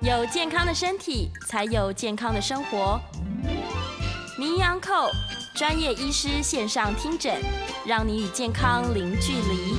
有健康的身体，才有健康的生活。名医昂扣专业医师线上听诊，让你与健康零距离。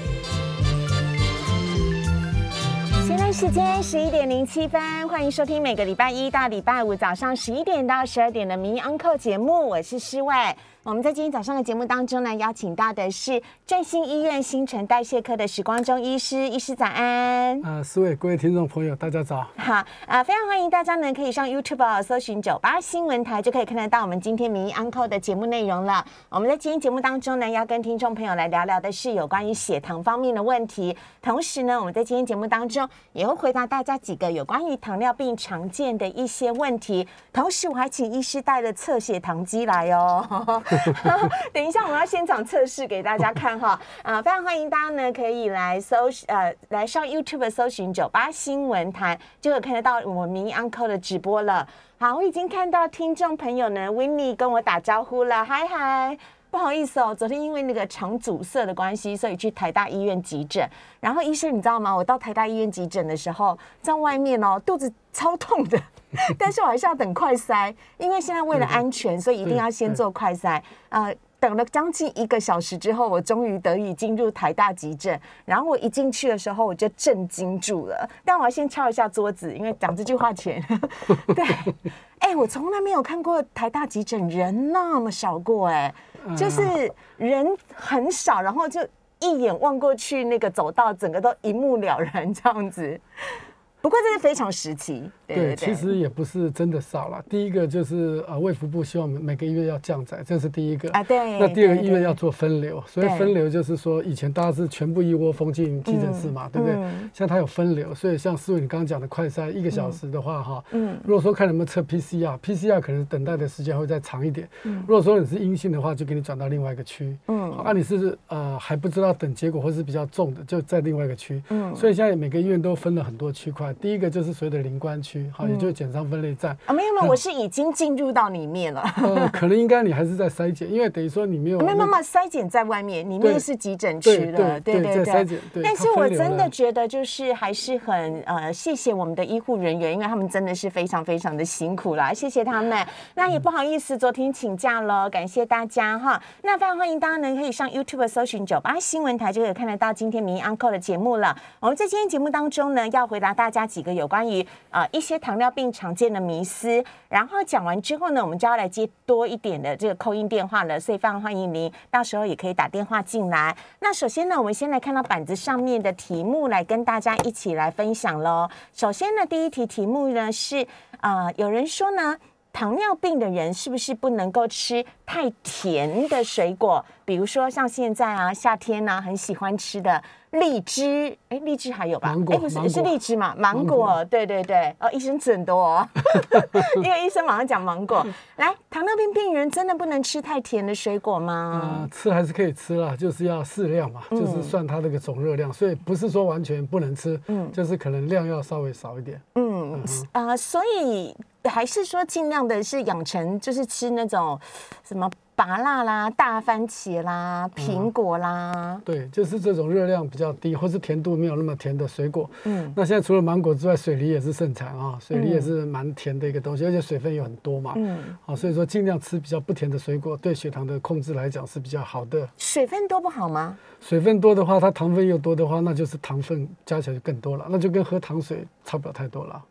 现在时间11:07，欢迎收听每个礼拜一到礼拜五早上11点到12点的名医昂扣节目，我是诗伟。我们在今天早上的节目当中呢，邀请到的是振兴医院新陈代谢科的史光中医师，医师早安。 诗伟，各位听众朋友，大家早。 好，非常欢迎大家呢，可以上 YouTube 搜寻98新闻台，就可以看得到我们今天名医昂扣的节目内容了。我们在今天节目当中呢，要跟听众朋友来聊聊的是有关于血糖方面的问题，同时呢，我们在今天节目当中也会回答大家几个有关于糖尿病常见的一些问题，同时我还请医师带了测血糖机来哦。等一下我们要现场测试给大家看哈，非常欢迎大家呢可以来来上 YouTube 搜寻98新闻台，就可以看得到我们名医昂扣的直播了。好，我已经看到听众朋友呢 Winnie 跟我打招呼了，嗨嗨。不好意思哦，昨天因为那个肠阻塞的关系，所以去台大医院急诊。然后医生，你知道吗？我到台大医院急诊的时候，在外面哦，肚子超痛的，但是我还是要等快筛，因为现在为了安全，所以一定要先做快筛。等了将近1个小时之后，我终于得以进入台大急诊。然后我一进去的时候，我就震惊住了。但我要先敲一下桌子，因为讲这句话前，对，我从来没有看过台大急诊人那么少过，就是人很少，然后就一眼望过去，那个走道整个都一目了然这样子。不过这是非常时期，对， 其实也不是真的少了。第一个就是卫福部希望每个医院要降载，这是第一个啊。对。那第二个医院要做分流，所以分流就是说，以前大家是全部一窝蜂进急诊室嘛，对不对？像它有分流，所以像思伟你刚刚讲的快筛1个小时的话，哈，如果说看有没有测 PCR 可能等待的时间会再长一点。如果说你是阴性的话，就给你转到另外一个区。你是还不知道等结果或是比较重的，就在另外一个区。所以现在每个医院都分了很多区块。第一个就是所谓的灵官区，也就是检伤分类站没有，我是已经进入到里面了。 可能应该你还是在筛检，因为等于说你没有。 没有，筛检在外面，里面是急诊区了。对，在筛检。但是我真的觉得就是还是很谢谢我们的医护人员，因为他们真的是非常非常的辛苦啦，谢谢他们。那也不好意思，昨天请假了，感谢大家哈。那非常欢迎大家呢可以上 YouTube 搜寻98新闻台，就可以看得到今天名医昂扣的节目了。我们在今天节目当中呢，要回答大家几个有关于一些糖尿病常见的迷思，然后讲完之后呢，我们就要来接多一点的这个call in电话了，所以非常欢迎您到时候也可以打电话进来。那首先呢，我们先来看到板子上面的题目，来跟大家一起来分享咯。首先呢，第一题题目呢是有人说呢，糖尿病的人是不是不能够吃太甜的水果？比如说像现在夏天很喜欢吃的荔枝，荔枝还有吧？不是，是荔枝嘛？芒果，对，医生吃很多哦，因为医生马上讲芒果。来，糖尿病病人真的不能吃太甜的水果吗？ 吃还是可以吃啦，就是要适量嘛，就是算它这个总热量，所以不是说完全不能吃，就是可能量要稍微少一点。 所以还是说尽量的是养成就是吃那种什么芭乐啦、大番茄啦、苹果啦， 对，就是这种热量比较低或是甜度没有那么甜的水果。那现在除了芒果之外，水梨也是盛产啊，水梨也是蛮甜的一个东西，而且水分有很多嘛。所以说尽量吃比较不甜的水果，对血糖的控制来讲是比较好的。 水分多不好吗？ 水分多的话，它糖分又多的话，那就是糖分加起来就更多了，那就跟喝糖水差不了太多了。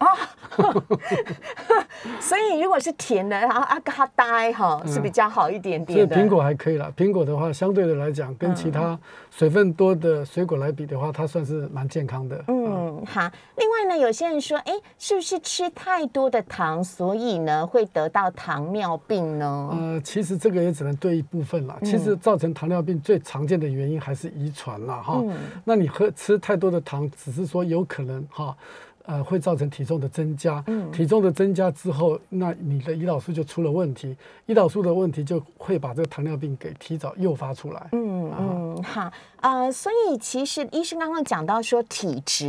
所以如果是甜的，然后它呆是比较好一点点的。 所以苹果还可以啦，苹果的话相对的来讲，跟其他水分多的水果来比的话，它算是蛮健康的。 好。另外呢，有些人说，是不是吃太多的糖，所以呢会得到糖尿病呢？ 其实这个也只能对一部分啦。其实造成糖尿病最常见的原因还是遗传啦哈。那你吃太多的糖，只是说有可能会造成体重的增加。体重的增加之后，那你的胰岛素就出了问题，胰岛素的问题就会把这个糖尿病给提早诱发出来。 好，所以其实医生刚刚讲到说体质。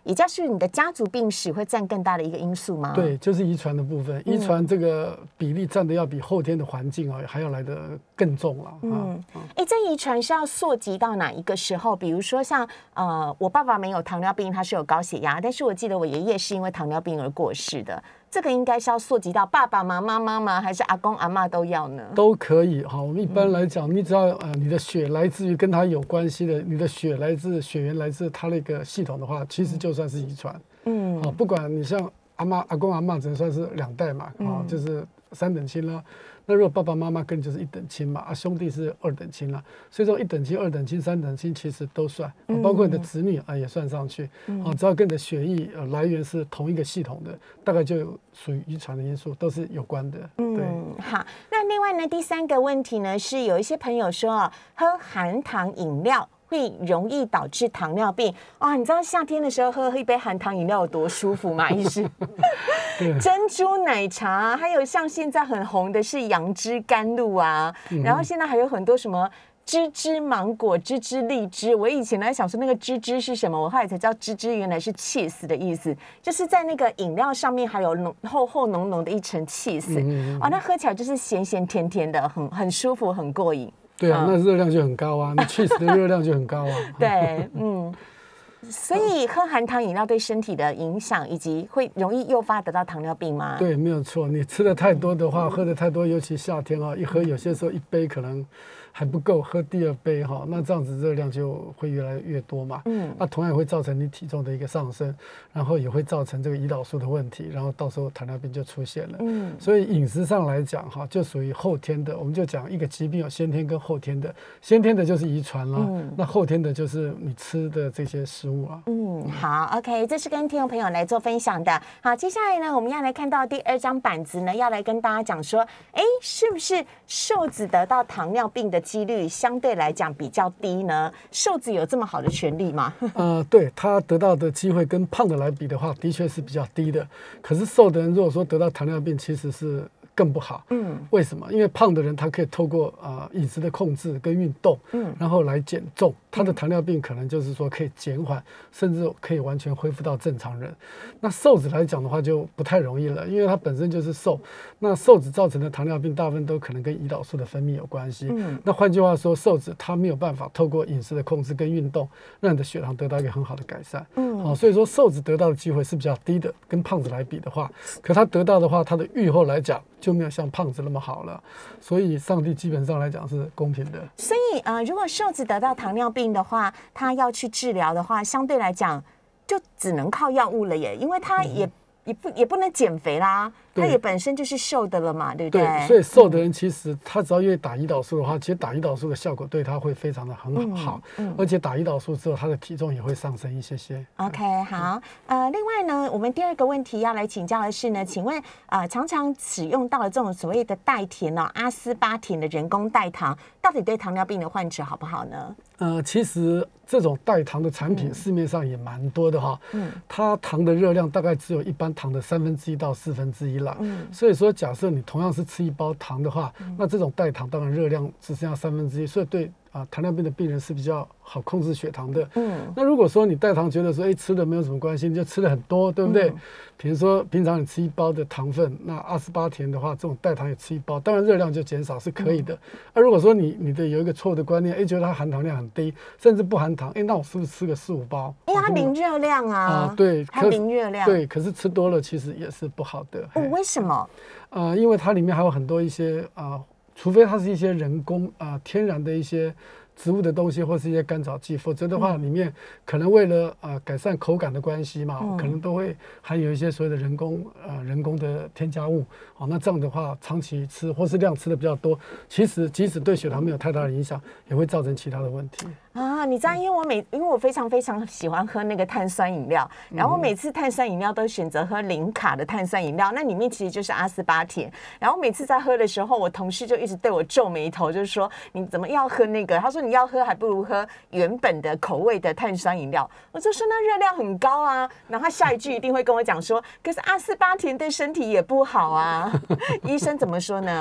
也就是你的家族病史会占更大的一个因素吗？ 对，就是遗传的部分，遗传这个比例占的要比后天的环境还要来得更重了。 这遗传是要溯及到哪一个时候？比如说像我爸爸没有糖尿病，他是有高血压，但是我记得我爷爷是因为糖尿病而过世的。这个应该是要溯及到爸爸妈妈还是阿公阿嬷都要呢？ 都可以哈。我们一般来讲，你只要你的血来自于跟他有关系的，你的血源来自他那个系统的话，其实就算是遗传。不管你像阿公阿嬷只能算是2代嘛，就是3等亲了。那如果爸爸妈妈跟就是1等亲嘛，兄弟是2等亲了，所以说1等亲、2等亲、3等亲其实都算，包括你的子女也算上去，只要跟你的血液来源是同一个系统的，大概就属于遗传的因素，都是有关的。对， 好，那另外呢，第3个问题呢，是有一些朋友说喝含糖饮料会容易导致糖尿病。你知道夏天的时候喝一杯含糖饮料有多舒服吗？医师，珍珠奶茶，还有像现在很红的是杨枝甘露啊，然后现在还有很多什么芝芝芒果、芝芝荔枝。我以前呢想说那个芝芝是什么，我后来才知道芝芝原来是 cheese 的意思，就是在那个饮料上面还有厚浓浓的一层 cheese。那喝起来就是咸咸甜甜的，很舒服，很过瘾。 对啊，那热量就很高啊，那 cheese 的热量就很高啊。 对，所以喝含糖饮料对身体的影响，以及会容易诱发得到糖尿病吗？ 对，没有错。你吃的太多的话，喝的太多，尤其夏天一喝有些时候1杯可能还不够，喝第2杯那这样子热量就会越来越多嘛。那同样会造成你体重的一个上升，然后也会造成这个胰岛素的问题，然后到时候糖尿病就出现了。所以饮食上来讲就属于后天的，我们就讲一个疾病有先天跟后天的，先天的就是遗传啦，那后天的就是你吃的这些食物啦。 好 ，OK， 这是跟听众朋友来做分享的。好，接下来呢，我们要来看到第2张板子呢，要来跟大家讲说，是不是瘦子得到糖尿病的几率相对来讲比较低呢？瘦子有这么好的权利吗？ 对，他得到的机会跟胖的来比的话，的确是比较低的。可是瘦的人如果说得到糖尿病，其实是更不好。为什么？因为胖的人他可以透过饮食的控制跟运动，然后来减重，他的糖尿病可能就是说可以减缓，甚至可以完全恢复到正常人。那瘦子来讲的话就不太容易了，因为他本身就是瘦，那瘦子造成的糖尿病大部分都可能跟胰岛素的分泌有关系。那换句话说，瘦子他没有办法透过饮食的控制跟运动，让你的血糖得到一个很好的改善。所以说瘦子得到的机会是比较低的，跟胖子来比的话，可他得到的话，他的预后来讲就没有像胖子那么好了。所以上帝基本上来讲是公平的。 所以如果瘦子得到糖尿病的话，他要去治疗的话，相对来讲就只能靠药物了耶，因为他也不能减肥啦，他也本身就是瘦的了嘛，对不对？ 对，所以瘦的人其实他只要愿意打胰岛素的话，其实打胰岛素的效果对他会非常的很好，而且打胰岛素之后，他的体重也会上升一些些。 OK， 好，另外呢，我们第2个问题要来请教的是呢，请问常常使用到的这种所谓的代甜阿斯巴甜的人工代糖，到底对糖尿病的患者好不好呢？ 其实这种代糖的产品市面上也蛮多的它糖的热量大概只有一般糖的1/3到1/4啦。所以说假设你同样是吃1包糖的话，那这种代糖当然热量只剩下1/3，所以对糖尿病的病人是比较好控制血糖的。那如果说你代糖觉得说吃的没有什么关系，你就吃的很多，对不对？比如说平常你吃1包的糖分，那阿斯巴甜的话，这种代糖也吃1包，当然热量就减少是可以的。如果说你的有一个错误的观念，觉得它含糖量很低，甚至不含糖，那我是不是吃个4-5包？ 因为它零热量啊。 对， 它零热量。 对，可是吃多了其实也是不好的。 为什么？ 因为它里面还有很多一些除非它是一些人工天然的一些植物的东西或是一些干燥剂，否则的话里面可能为了改善口感的关系嘛，可能都会含有一些所谓的人工的添加物。那这样的话长期吃或是量吃的比较多，其实即使对血糖没有太大的影响，也会造成其他的问题。 你知道，因为我非常非常喜欢喝那个碳酸饮料，然后每次碳酸饮料都选择喝0卡的碳酸饮料，那里面其实就是阿斯巴甜。然后每次在喝的时候，我同事就一直对我皱眉头，就是说你怎么要喝那个？他说你要喝还不如喝原本的口味的碳酸饮料。我就说那热量很高啊，然后他下一句一定会跟我讲说，可是阿斯巴甜对身体也不好啊。医生怎么说呢？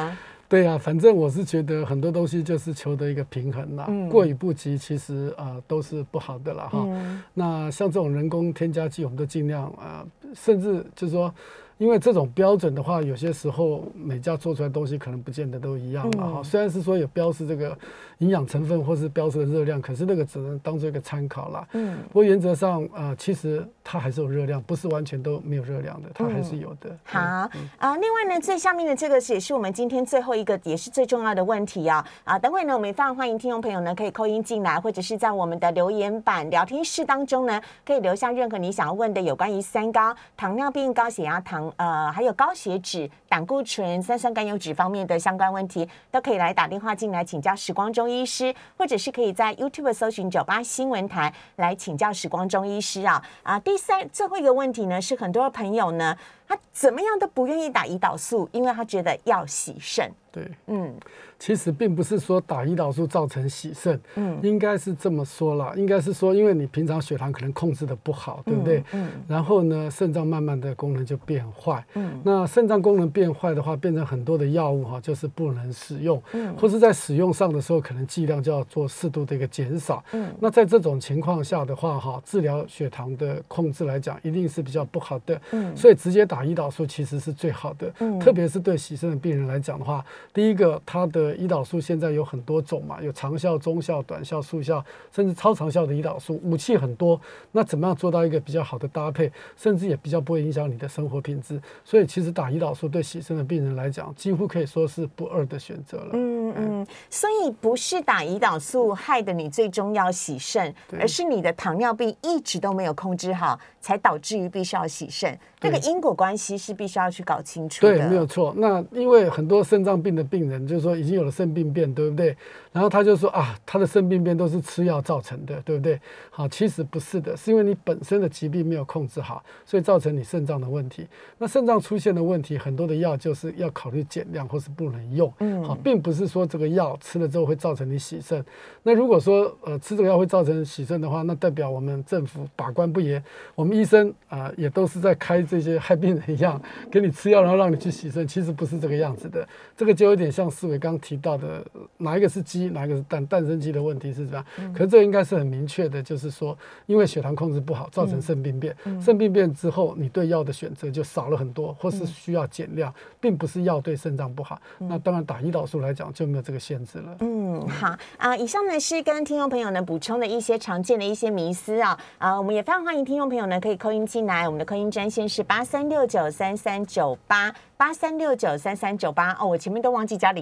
对啊，反正我是觉得很多东西就是求得一个平衡啦，过与不及其实都是不好的啦哈。那像这种人工添加剂，我们都尽量甚至就是说。因为这种标准的话，有些时候每家做出来的东西可能不见得都一样嘛哈。虽然是说有标示这个营养成分或是标示的热量，可是那个只能当做一个参考啦。不过原则上其实它还是有热量，不是完全都没有热量的，它还是有的。 好另外呢，最下面的这个也是我们今天最后一个也是最重要的问题等会呢，我们也非常欢迎听众朋友呢可以call in进来，或者是在我们的留言板聊天室当中呢，可以留下任何你想要问的有关于三高、糖尿病、高血压、还有高血脂、胆固醇、三酸甘油脂方面的相关问题，都可以来打电话进来请教时光中医师，或者是可以在 YouTube 搜寻98新闻台来请教时光中医师最后一个问题呢，是很多朋友呢，他怎么样都不愿意打胰岛素，因为他觉得要洗肾。 对，其实并不是说打胰岛素造成洗肾，应该是这么说啦，应该是说，因为你平常血糖可能控制的不好，对不对？然后呢，肾脏慢慢的功能就变坏，那肾脏功能变坏的话，变成很多的药物就是不能使用，或是在使用上的时候，可能剂量就要做适度的一个减少。那在这种情况下的话，治疗血糖的控制来讲，一定是比较不好的。所以直接打胰岛素其实是最好的，特别是对洗肾的病人来讲的话。第一个，它的胰岛素现在有很多种嘛，有长效、中效、短效、速效，甚至超长效的胰岛素，武器很多。那怎么样做到一个比较好的搭配，甚至也比较不会影响你的生活品质？所以其实打胰岛素对洗肾的病人来讲，几乎可以说是不二的选择了。 所以不是打胰岛素害得你最终要洗肾，而是你的糖尿病一直都没有控制好，才导致于必须要洗肾。这个因果关系是必须要去搞清楚的。 对，没有错。那因为很多肾脏病的病人就是说已经有了肾病变，对不对？然后他就说他的肾病变都是吃药造成的，对不对？好，其实不是的，是因为你本身的疾病没有控制好，所以造成你肾脏的问题。那肾脏出现的问题，很多的药就是要考虑减量或是不能用。好，并不是说这个药吃了之后会造成你洗肾。那如果说吃这个药会造成洗肾的话，那代表我们政府把关不严，我们医生也都是在开这些害病人一样，给你吃药然后让你去洗肾，其实不是这个样子的。这个就有点像思维刚提到的，哪一个是鸡，哪一个是蛋，诞生鸡的问题是这样。可是这应该是很明确的，就是说，因为血糖控制不好，造成肾病变。肾病变之后，你对药的选择就少了很多，或是需要减量，并不是药对肾脏不好。那当然打胰岛素来讲就没有这个限制了。 好以上呢是跟听众朋友呢补充的一些常见的一些迷思我们也非常欢迎听众朋友呢可以call in进来，我们的call in专线是8369339883693398我前面都忘记加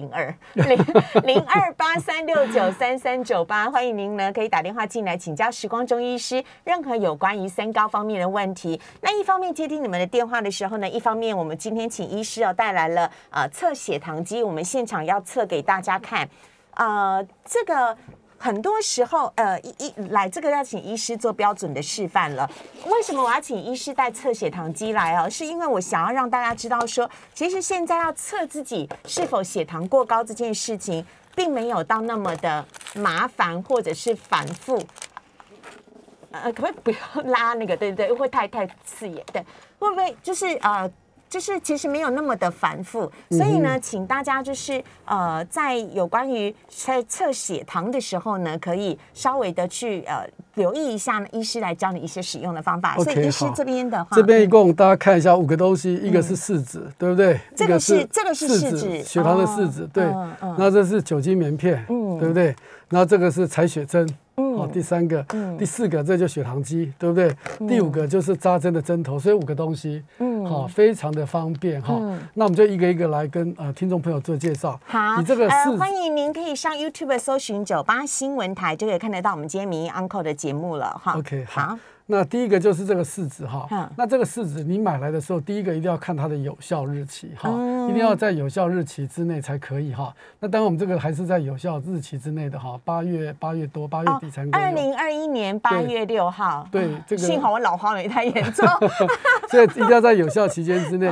020283693398欢迎您呢可以打电话进来请教时光中医师任何有关于三高方面的问题。那一方面接听你们的电话的时候呢，一方面我们今天请医师带来了测血糖机，我们现场要测给大家看。这个很多时候来这个要请医师做标准的示范了。为什么我要请医师带测血糖机来是因为我想要让大家知道说，其实现在要测自己是否血糖过高这件事情并没有到那么的麻烦或者是反复。可不可以不要拉那个，对不对？会太刺眼，对，会不会就是其实没有那么的繁复，所以呢，请大家就是在有关于测血糖的时候呢，可以稍微的去留意一下医师来教你一些使用的方法。所以医师这边的话， 这边一共大家看一下5个东西，一个是试纸，对不对？ 这个是试纸， 血糖的试纸，对。那这是酒精棉片，对不对？然后这个是采血针。第3个，第4个这就血糖机，对不对？第5个就是扎针的针头，所以5个东西，非常的方便那我们就一个一个来跟听众朋友做介绍。 好， 你这个欢迎您可以上 YouTube 搜寻98新闻台，就可以看得到我们今天名医 Uncle 的节目了 OK， 好。那第一个就是这个试纸那这个试纸你买来的时候，第一个一定要看它的有效日期一定要在有效日期之内才可以那当然我们这个还是在有效日期之内的8月多8月底才可以 2021年8月6号。 对，这个幸好我老花没太严重， 所以一定要在有效期间之内。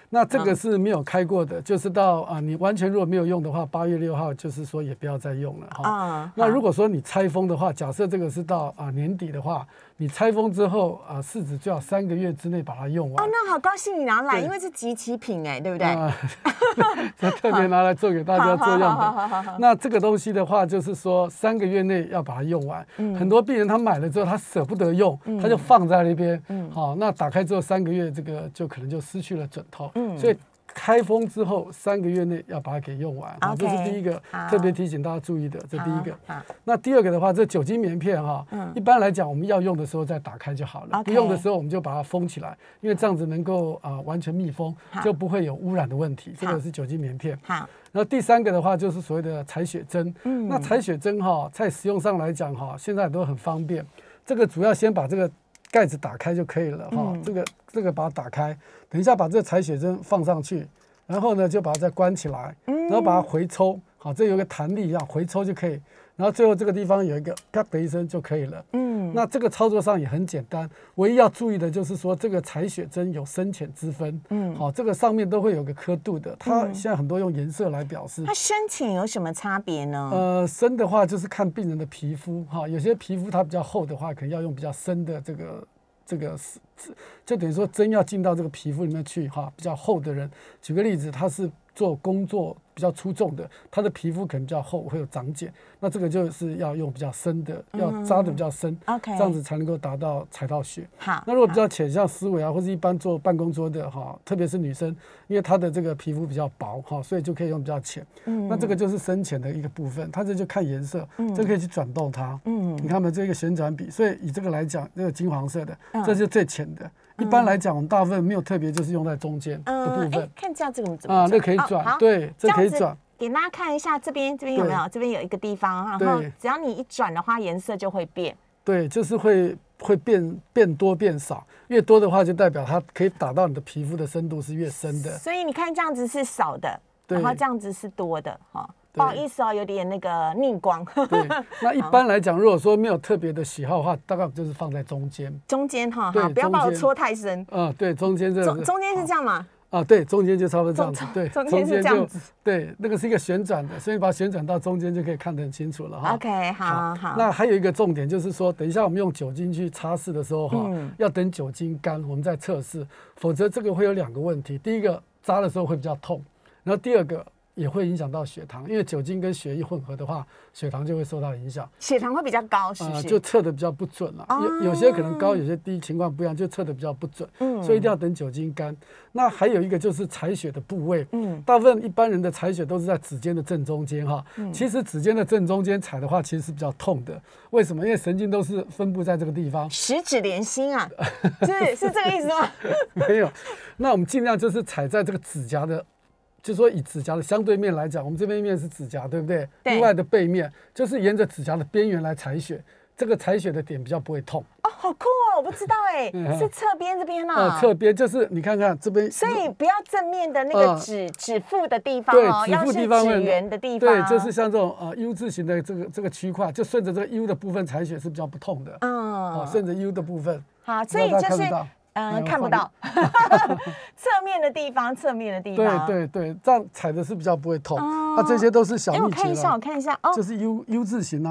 那这个是没有开过的，就是到你完全如果没有用的话，8月6号就是说也不要再用了哈。那如果说你拆封的话，假设这个是到年底的话，你拆封之后市值最好3个月之内把它用完。 那好高兴你拿来，因为是即期品对不对？ 特别拿来做给大家做样本。那这个东西的话，就是说3个月内要把它用完。很多病人他买了之后，他舍不得用，他就放在那边。好，那打开之后3个月，这个就可能就失去了准头。所以开封之后3个月内要把它给用完，这是第一个特别提醒大家注意的，这第一个。那第二个的话，这酒精棉片一般来讲我们要用的时候再打开就好了，不用的时候我们就把它封起来，因为这样子能够完全密封，就不会有污染的问题。这个是酒精棉片。然后第三个的话就是所谓的采血针。那采血针在使用上来讲现在都很方便。这个主要先把这个盖子打开就可以了这个把它打开，等一下把这个采血针放上去，然后呢就把它再关起来，然后把它回抽，这有个弹力一样，回抽就可以，然后最后这个地方有一个啪的一声就可以了。那这个操作上也很简单，唯一要注意的就是说这个采血针有深浅之分。这个上面都会有个刻度的，它现在很多用颜色来表示。 它深浅有什么差别呢？ 深的话就是看病人的皮肤有些皮肤它比较厚的话，可能要用比较深的这个就等于说针要进到这个皮肤里面去比较厚的人，举个例子，他是做工作比较出众的，他的皮肤可能比较厚，会有长茧，那这个就是要用比较深的，要扎的比较深，这样子才能够达到采到血。好，那如果比较浅，像思维或是一般做办公桌的特别是女生，因为她的这个皮肤比较薄所以就可以用比较浅。那这个就是深浅的一个部分，它这就看颜色，这可以去转动它。你看嘛，这个旋转笔，所以以这个来讲，这个金黄色的，这是最浅的。一般来讲，我们大部分没有特别，就是用在中间的部分。 看这样子怎么那可以转，对，这可以转。 给大家看一下，这边有没有？这边有一个地方，然后只要你一转的话，颜色就会变。对， 就是会变多变少，越多的话就代表它可以打到你的皮肤的深度是越深的。 所以你看这样子是少的，然后这样子是多的不好意思有点那个逆光。 对，那一般来讲，如果说没有特别的喜好的话，大概就是放在中间。 中间不要把我戳太深。 对，中间中间是这样吗？ 对，中间就差不多这样子。对， 中间是这样子。 对，那个是一个旋转的，所以把它旋转到中间就可以看得很清楚了 OK， 好。 那还有一个重点就是说，等一下我们用酒精去擦拭的时候要等酒精干，我们再测试，否则这个会有2个问题。第一个，扎的时候会比较痛，然后第二个也会影响到血糖，因为酒精跟血液混合的话，血糖就会受到影响， 血糖会比较高，是不是？ 就测的比较不准了。有些可能高，有些低，情况不一样，就测的比较不准。所以一定要等酒精干。那还有一个就是采血的部位，大部分一般人的采血都是在指尖的正中间其实指尖的正中间采的话，其实是比较痛的。为什么？因为神经都是分布在这个地方。 十指连心啊，是这个意思吗？ 没有。那我们尽量就是采在这个指甲的。就是说以指甲的相对面来讲，我们这边一面是指甲，对不对？另外的背面就是沿着指甲的边缘来采血，这个采血的点比较不会痛。 好酷我不知道是侧边这边侧边就是你看看这边， 所以不要正面的那个指腹的地方指腹地方指缘的地方。 对，就是像这种U 字形的这个区块，就顺着这个 U 的部分采血是比较不痛的。顺着 U 的部分。 好，所以就是看不到侧面的地方， 对，这样踩的是比较不会痛。这些都是小秘诀我看一下， 就是 U 字形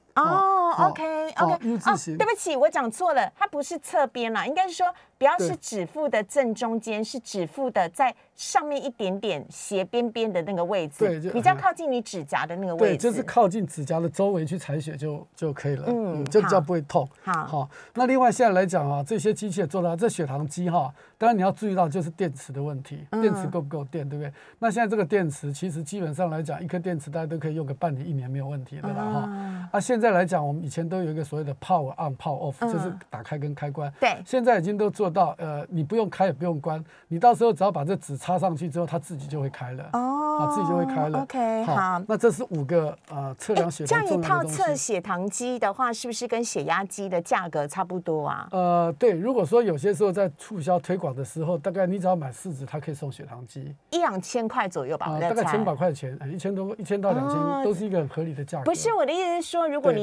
OK， U 字形。 对不起，我讲错了，它不是侧边啦，应该是说不要是指腹的正中间，是指腹的在上面一点点斜边边的那个位置，对，比较靠近你指甲的那个位置， 对，就是靠近指甲的周围去采血就可以了，就比较不会痛。好，那另外现在来讲这些机器也做到这血糖机当然你要注意到就是电池的问题，电池够不够电，对不对？那现在这个电池其实基本上来讲，一颗电池大家都可以用个半年1年没有问题的啦现在来讲，我们以前都有一个所谓的 power on、power off，就是打开跟开关。 对， 现在已经都做到，你不用开也不用关，你到时候只要把这纸插上去之后，它自己就会开了。自己就会开了。 OK， 好。 那这是5个测量血糖重要的东西。 这样一套测血糖机的话，是不是跟血压机的价格差不多啊？ 对，如果说有些时候在促销推广的时候，大概你只要买4支，它可以送血糖机 ，1-2千块左右吧，大概千把块钱，1000到2000都是一个很合理的价格。 不是，我的意思是说，如果你已经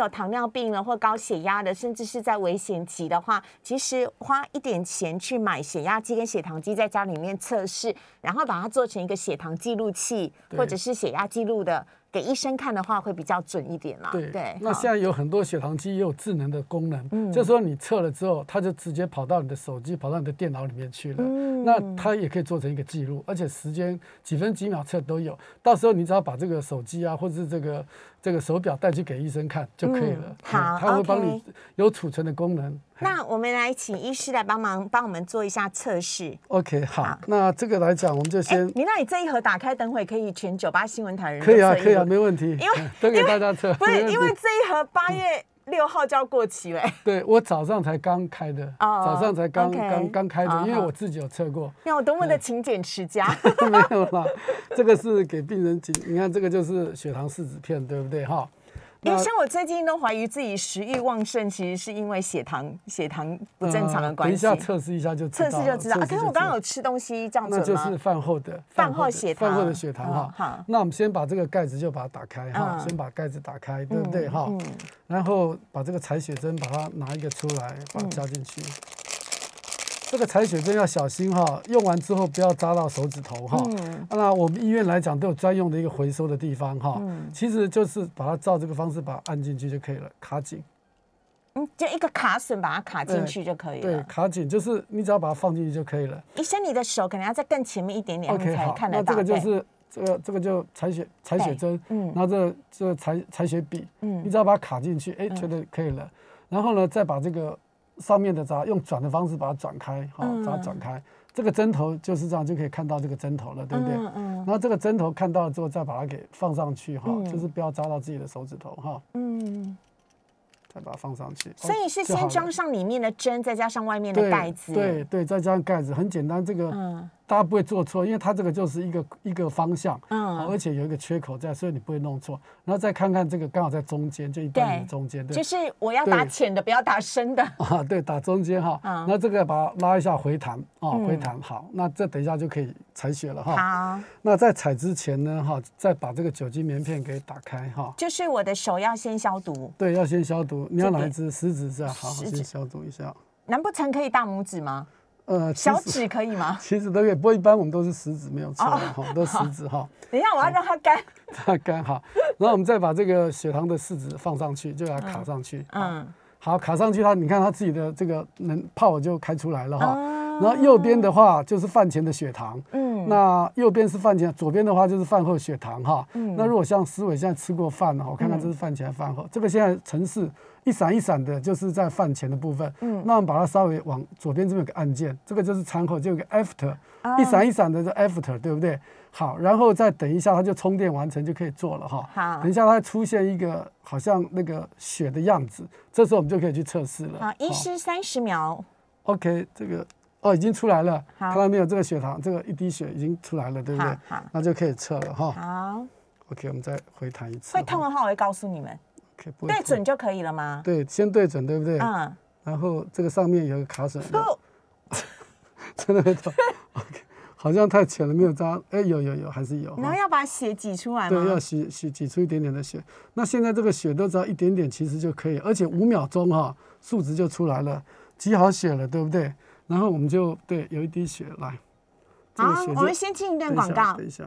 有糖尿病了或高血压的，甚至是在危险期的话，其实花一点钱去买血压计跟血糖机，在家里面测试，然后把它做成一个血糖记录器或者是血压记录的，给医生看的话会比较准一点啦。 对，那现在有很多血糖机也有智能的功能，就是说你测了之后，它就直接跑到你的手机、跑到你的电脑里面去了。那它也可以做成一个记录，而且时间几分几秒测都有。到时候你只要把这个手机啊，或者是这个手表带去给医生看就可以了。 好， 它会帮你有储存的功能。 那我们来请医师来帮我们做一下测试。 OK， 好，那这个来讲，我们就先。 你那你这一盒打开，等会可以全98新闻台人可以啊，可以啊，没问题。因为都给大家测。 不是，因为这一盒8月6号就要过期了。 对，我早上才刚开的，早上才刚开的，因为我自己有测过。 那我多么的勤俭持家。 没有啦，这个是给病人你看这个就是血糖试纸片，对不对哈？ 因为像我最近都怀疑自己食欲旺盛，其实是因为血糖不正常的关系。 等一下测试一下就知道。 测试就知道。可是我刚刚有吃东西，这样准吗？ 那就是饭后的血糖。 饭后的血糖哈。好，那我们先把这个盖子就把它打开哈，先把盖子打开，对不对哈？然后把这个采血针把它拿一个出来，把它加进去。这个采血针要小心哈，用完之后不要扎到手指头哈。那我们医院来讲都有专用的一个回收的地方哈。其实就是把它照这个方式把它按进去就可以了，卡紧。 就一个卡榫把它卡进去就可以了。 对，卡紧就是你只要把它放进去就可以了。 医生，你的手可能要在更前面一点点才看得到。 那这个就是这个就采血针，然后这采血笔，你只要把它卡进去，觉得可以了。然后呢，再把这个上面的用转的方式把它转开，把它转开。这个针头就是这样，就可以看到这个针头了，对不对？然后这个针头看到了之后，再把它给放上去就是不要扎到自己的手指头再把它放上去。 所以是先装上里面的针，再加上外面的盖子。 对，再加上盖子，很简单。这个大家不会做错，因为它这个就是一个方向，而且有一个缺口在，所以你不会弄错。然后再看看这个刚好在中间，就一般的中间，对， 就是我要打浅的，不要打深的啊。对，打中间哈。那这个把它拉一下回弹回弹好。那这等一下就可以采血了哈。 好。 那在采之前呢再把这个酒精棉片给打开哈。 就是我的手要先消毒。 对，要先消毒。你要哪一只？食指是吧？好，先消毒一下。 难不成可以大拇指吗？小指可以吗？ 其实都可以，不过一般我们都是食指，没有错都食指哈。 等一下，我要让它干。 它干好，然后我们再把这个血糖的试纸放上去，就把它卡上去。好，卡上去你看它自己的这个泡就开出来了哈。然后右边的话就是饭前的血糖，那右边是饭前，左边的话就是饭后血糖哈。那如果像思伟现在吃过饭我看看这是饭前饭后，这个现在程式一闪一闪的，就是在饭前的部分。那我们把它稍微往左边这边有个按键，这个就是餐后，就有个 after，一闪一闪的是 after， 对不对？好，然后再等一下，它就充电完成就可以做了哈。好，等一下它出现一个好像那个血的样子，这时候我们就可以去测试了。 好，医师30秒。 OK， 这个已经出来了，看到没有？这个血糖，这个一滴血已经出来了，对不对？好，那就可以测了哈。 好 ，OK， 我们再回弹一次。 会痛的话，我会告诉你们。对准就可以了吗？ 对，先对准，对不对？然后这个上面有个卡榫。真的会痛。OK， 好像太浅了，没有扎。有，还是有。 然后要把血挤出来吗？ 对，要挤出一点点的血。那现在这个血都只要一点点，其实就可以，而且5秒钟数值就出来了，挤好血了，对不对？然后我们就有一滴血来。 好，我们先进一段广告。 等一下。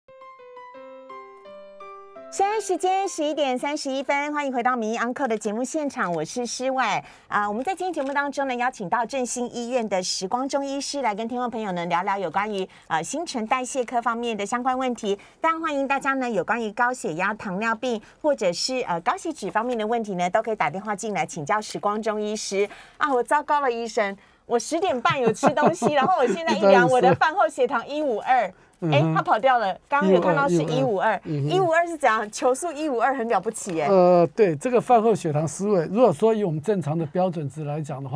现在时间11点31分，欢迎回到名医Uncle的节目现场，我是诗伟我们在今天节目当中呢，邀请到振兴医院的时光中医师来跟听众朋友呢聊聊有关于新陈代谢科方面的相关问题。当然欢迎大家呢有关于高血压、糖尿病或者是高血脂方面的问题呢，都可以打电话进来请教时光中医师我糟糕了，医生，我10点半有吃东西，然后我现在一量我的饭后血糖152。他跑掉了，刚刚有看到是152，152是怎样？球速152很了不起耶。 对，这个饭后血糖思维，如果说以我们正常的标准值来讲的话，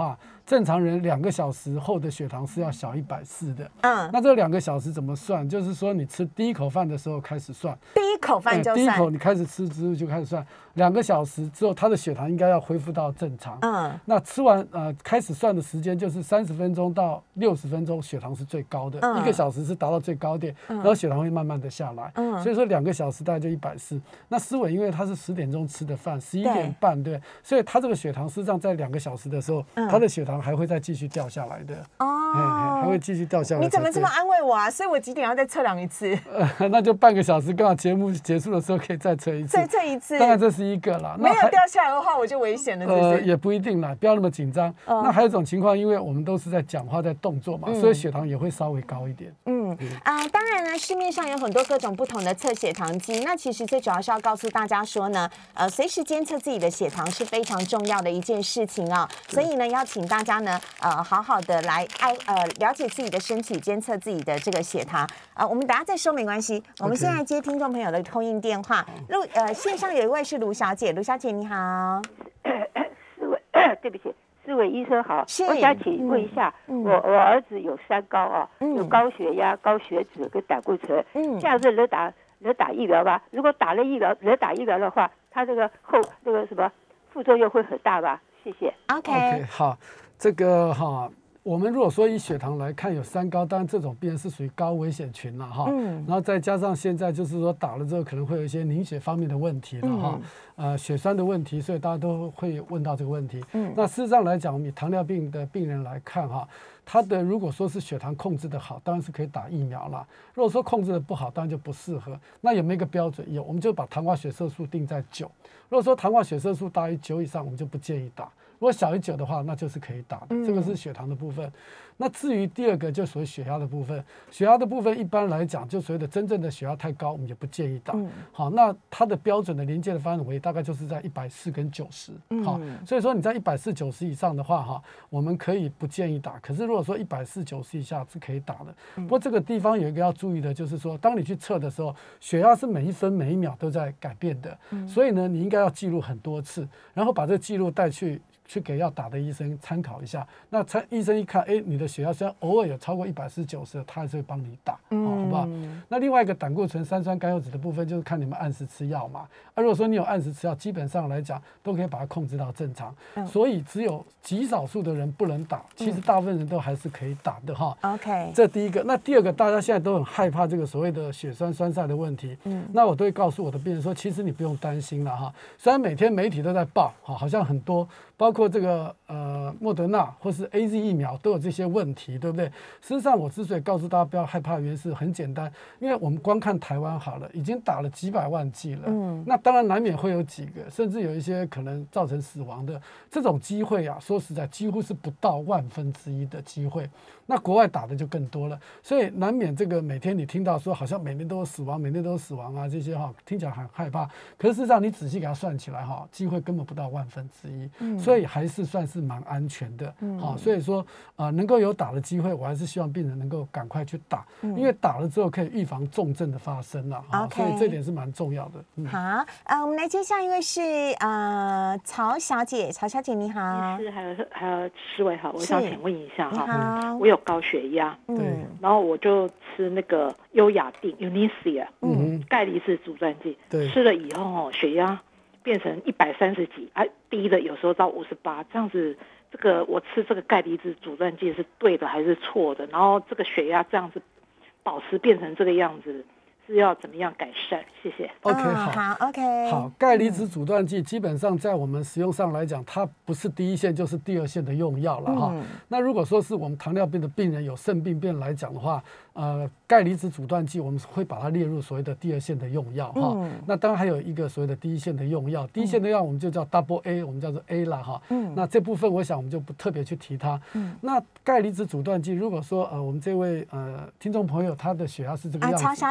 正常人2个小时后的血糖是要小140的。那这2个小时怎么算？就是说你吃第一口饭的时候开始算， 第一口饭就算， 第一口你开始吃之后就开始算，2个小时之后他的血糖应该要恢复到正常。那吃完开始算的时间就是30分钟到60分钟，血糖是最高的，1个小时是达到最高点，然后血糖会慢慢的下来。所以说2个小时大概就140。那思伟因为他是10点钟吃的饭，11点半，对，所以他这个血糖事实上在2个小时的时候，他的血糖还会再继续掉下来的。还会继续掉下来。 你怎么这么安慰我啊？所以我几点要再测量一次？ 那就半个小时，刚好节目结束的时候可以再测一次。 再测一次。 当然这是一个啦。 没有掉下来的话，我就危险了，是不是？ 也不一定啦，不要那么紧张。那还有一种情况，因为我们都是在讲话、在动作嘛，所以血糖也会稍微高一点。 当然呢，市面上有很多各种不同的测血糖机。那其实最主要是要告诉大家说呢，随时监测自己的血糖是非常重要的一件事情啊。所以呢，要请大家呢，好好的来了解自己的身体，监测自己的这个血糖。我们等下再说没关系。我们现在接听众朋友的通音电话。线上有一位是卢小姐，卢小姐你好。 对不起。思伟医生好，我想请问一下，我儿子有三高啊，有高血压、高血脂跟胆固醇，这样子能打疫苗吧？如果打疫苗的话，他这个什么副作用会很大吧？谢谢。 OK， 好，这个我们如果说以血糖来看，有三高，当然这种病人是属于高危险群了哈。然后再加上现在就是说打了之后可能会有一些凝血方面的问题了哈，血栓的问题，所以大家都会问到这个问题。那事实上来讲，我们以糖尿病的病人来看哈，他的如果说是血糖控制的好，当然是可以打疫苗啦。如果说控制的不好，当然就不适合。那有没有一个标准？有，我们就把糖化血色素定在9。如果说糖化血色素大于9以上，我们就不建议打。如果小于9的话，那就是可以打的。这个是血糖的部分。那至于第二个，就属于血压的部分。血压的部分一般来讲，就所谓的真正的血压太高，我们也不建议打。好，那它的标准的临界的范围大概就是在140跟90。好，所以说你在140、90以上的话，我们可以不建议打。可是如果说140、90以下是可以打的。不过这个地方有一个要注意的，就是说，当你去测的时候，血压是每1分每1秒都在改变的。所以呢，你应该要记录很多次，然后把这个记录带去给要打的医生参考一下。那医生一看，你的血压虽然偶尔有超过140、90，他还是会帮你打，好不好？那另外一个胆固醇、三酸甘油酯的部分，就是看你们按时吃药嘛。如果说你有按时吃药，基本上来讲都可以把它控制到正常。所以只有极少数的人不能打，其实大部分人都还是可以打的哈。 OK， 这第一个。那第二个，大家现在都很害怕这个所谓的血栓栓塞的问题。那我都会告诉我的病人说，其实你不用担心了哈。虽然每天媒体都在报，好像很多，包括这个莫德纳或是 AZ 疫苗都有这些问题，对不对？事实上，我之所以告诉大家不要害怕的原因是很简单，因为我们光看台湾好了，已经打了几百万剂了。那当然难免会有几个，甚至有一些可能造成死亡的这种机会啊，说实在几乎是不到1/1000的机会。那国外打的就更多了，所以难免这个每天你听到说好像每年都有死亡，每年都有死亡啊，这些听起来很害怕。可是事实上你仔细给它算起来机会根本不到1/1000，所以还是算是蛮安全的。所以说能够有打的机会，我还是希望病人能够赶快去打，因为打了之后可以预防重症的发生了。所以这点是蛮重要的。 好，我们来接下一位是曹小姐，曹小姐你好。 是，还有施伟好，我想请问一下哈， 我有高血压，然后我就吃那个优雅定 Unisea， 钙离子阻断剂，吃了以后血压变成130几，低的有时候到58，这样子，这个我吃这个钙离子阻断剂是对的还是错的？然后这个血压这样子保持变成这个样子，是要怎么样改善？谢谢。 OK， 好 ，OK， 好，钙离子阻断剂基本上在我们使用上来讲，它不是第一线就是第二线的用药了哈。那如果说是我们糖尿病的病人有肾病变来讲的话，钙离子阻断剂我们会把它列入所谓的第二线的用药哈。那当然还有一个所谓的第一线的用药，第一线的药我们就叫 Double A， 我们叫做 A 啦哈。那这部分我想我们就不特别去提它。那钙离子阻断剂，如果说我们这位听众朋友他的血压是这个样子， 曹小姐，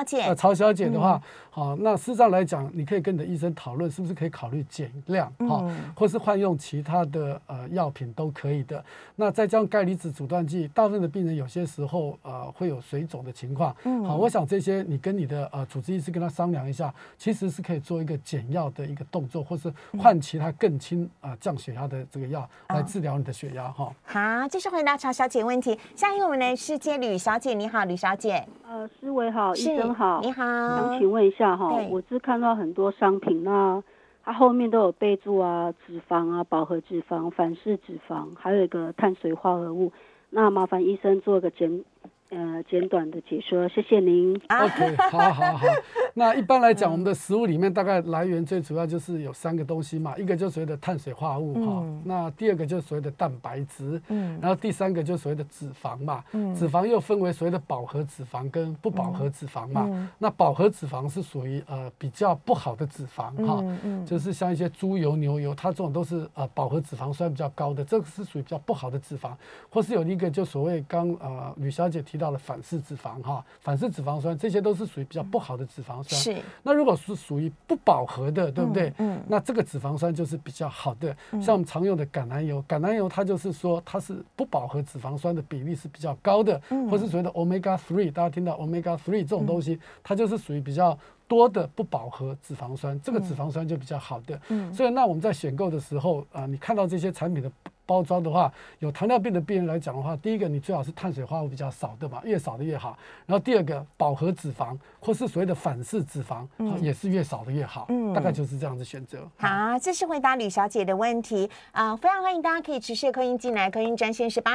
曹小姐的话，好，那事实上来讲，你可以跟你的医生讨论，是不是可以考虑减量，或是换用其他的药品都可以的。那再加上钙离子阻断剂，大部分的病人有些时候会有水肿的情况，好，我想这些你跟你的主治医师跟他商量一下，其实是可以做一个减药的一个动作，或是换其他更轻降血压的这个药来治疗你的血压哈。 好，继续回答曹小姐问题。下一个我们呢是接吕小姐，你好，吕小姐。 思维好，医生好， 你好。 想请问一下哈，我是看到很多商品，那它后面都有备注啊，脂肪啊，饱和脂肪、反式脂肪，还有一个碳水化合物。那麻烦医生做个简短的解说，谢谢您。 OK， 好。那一般来讲，我们的食物里面大概来源最主要就是有3个东西嘛，一个就所谓的碳水化合物哈，那第2个就是所谓的蛋白质，然后第3个就是所谓的脂肪嘛，脂肪又分为所谓的饱和脂肪跟不饱和脂肪嘛，那饱和脂肪是属于比较不好的脂肪哈，就是像一些猪油、牛油，它这种都是饱和脂肪酸比较高的，这个是属于比较不好的脂肪，或是有一个就所谓刚吕小姐提到的反式脂肪哈，反式脂肪酸，这些都是属于比较不好的脂肪酸。 是。 那如果是属于不饱和的，对不对？那这个脂肪酸就是比较好的，像我们常用的橄榄油，橄榄油它就是说它是不饱和脂肪酸的比例是比较高的，或是所谓的 omega 3，大家听到 omega 3这种东西，它就是属于比较多的不饱和脂肪酸，这个脂肪酸就比较好的。所以那我们在选购的时候你看到这些产品的包装的话，有糖尿病的病人来讲的话，第一个你最好是碳水化合物比较少的嘛，越少的越好。然后第2个饱和脂肪或是所谓的反式脂肪，也是越少的越好。大概就是这样子选择。 好，这是回答吕小姐的问题非常欢迎大家可以持续扣音进来，扣音专线是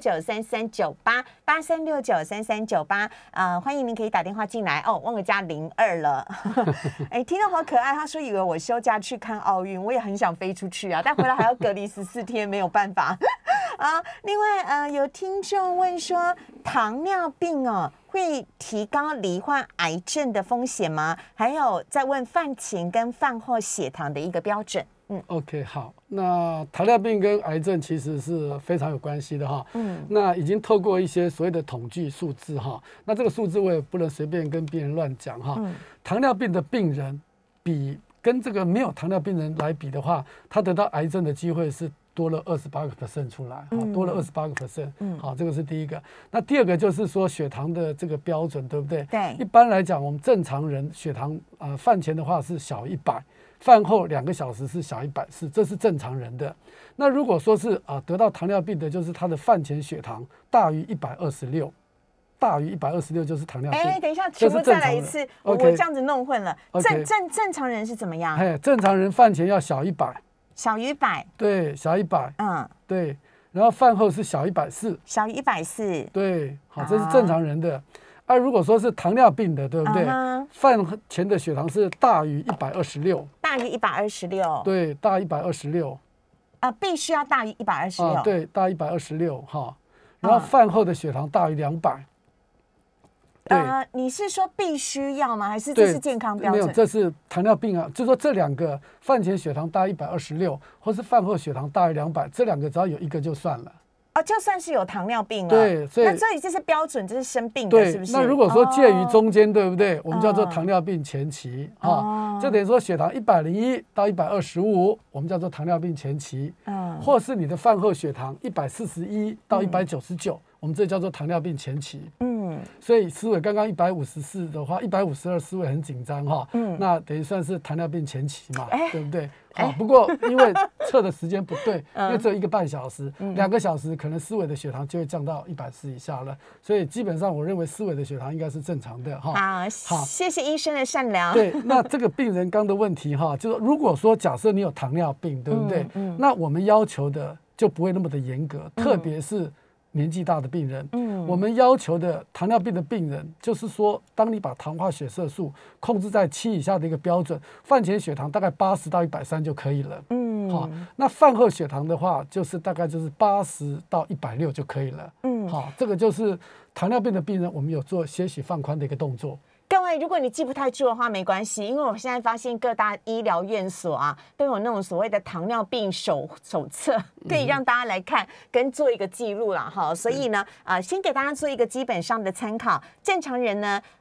8369339883693398欢迎您可以打电话进来忘了加02了。听到好可爱，他说以为我休假去看奥运，我也很想飞出去但回来还要隔离14天，没有办法另外有听众问说，糖尿病会提高罹患癌症的风险吗？还有在问饭前跟饭后血糖的一个标准。 OK， 好，那糖尿病跟癌症其实是非常有关系的哈。那已经透过一些所谓的统计数字哈，那这个数字我也不能随便跟病人乱讲哈。糖尿病的病人跟这个没有糖尿病人来比的话，他得到癌症的机会是多了28% 出来，多了28%。好，这个是第一个。那第2个就是说血糖的这个标准，对不对？ 对。 一般来讲，我们正常人血糖饭前的话是小100，饭后2个小时是小140，这是正常人的。那如果说是得到糖尿病的，就是他的饭前血糖大于126。大于126就是糖尿病。 等一下，全部再来一次，我这样子弄混了。正常人是怎么样？ 正常人饭前要小100， 小于100。对， 小100。对。然后饭后是小140， 小于140。对， 好，这是正常人的。如果说是糖尿病的，对不对？饭前的血糖是大于126， 大于126。对， 大于126。 必须要大于126。 对，大于126哈。然后饭后的血糖大于200。 你是说必须要吗？还是这是健康标准？ 没有，这是糖尿病就是说这2个饭前血糖大于126，或是饭后血糖大于200，这2个只要有一个就算了。 就算是有糖尿病了。 对，所以这是标准，这是生病的，是不是？ 那如果说介于中间，对不对？我们叫做糖尿病前期就等于说血糖101到125，我们叫做糖尿病前期。或是你的饭后血糖141到199，我们这叫做糖尿病前期。所以思伟刚刚154的话，152思伟很紧张那等于算是糖尿病前期嘛，对不对？好，不过因为测的时间不对，因为只有1个半小时，2个小时可能思伟的血糖就会降到140以下了，所以基本上我认为思伟的血糖应该是正常的好，谢谢医生的善良。 对，那这个病人刚的问题就是如果说假设你有糖尿病，对不对？那我们要求的就不会那么的严格，特别是年纪大的病人，我们要求的糖尿病的病人，就是说，当你把糖化血色素控制在7以下的一个标准，饭前血糖大概80到130就可以了。好，那饭后血糖的话，大概就是80到160就可以了。好，这个就是糖尿病的病人，我们有做些许放宽的一个动作。 各位，如果你记不太住的话，没关系，因为我现在发现各大医疗院所都有那种所谓的糖尿病手册，可以让大家来看跟做一个记录啦所以呢，先给大家做一个基本上的参考。正常人呢，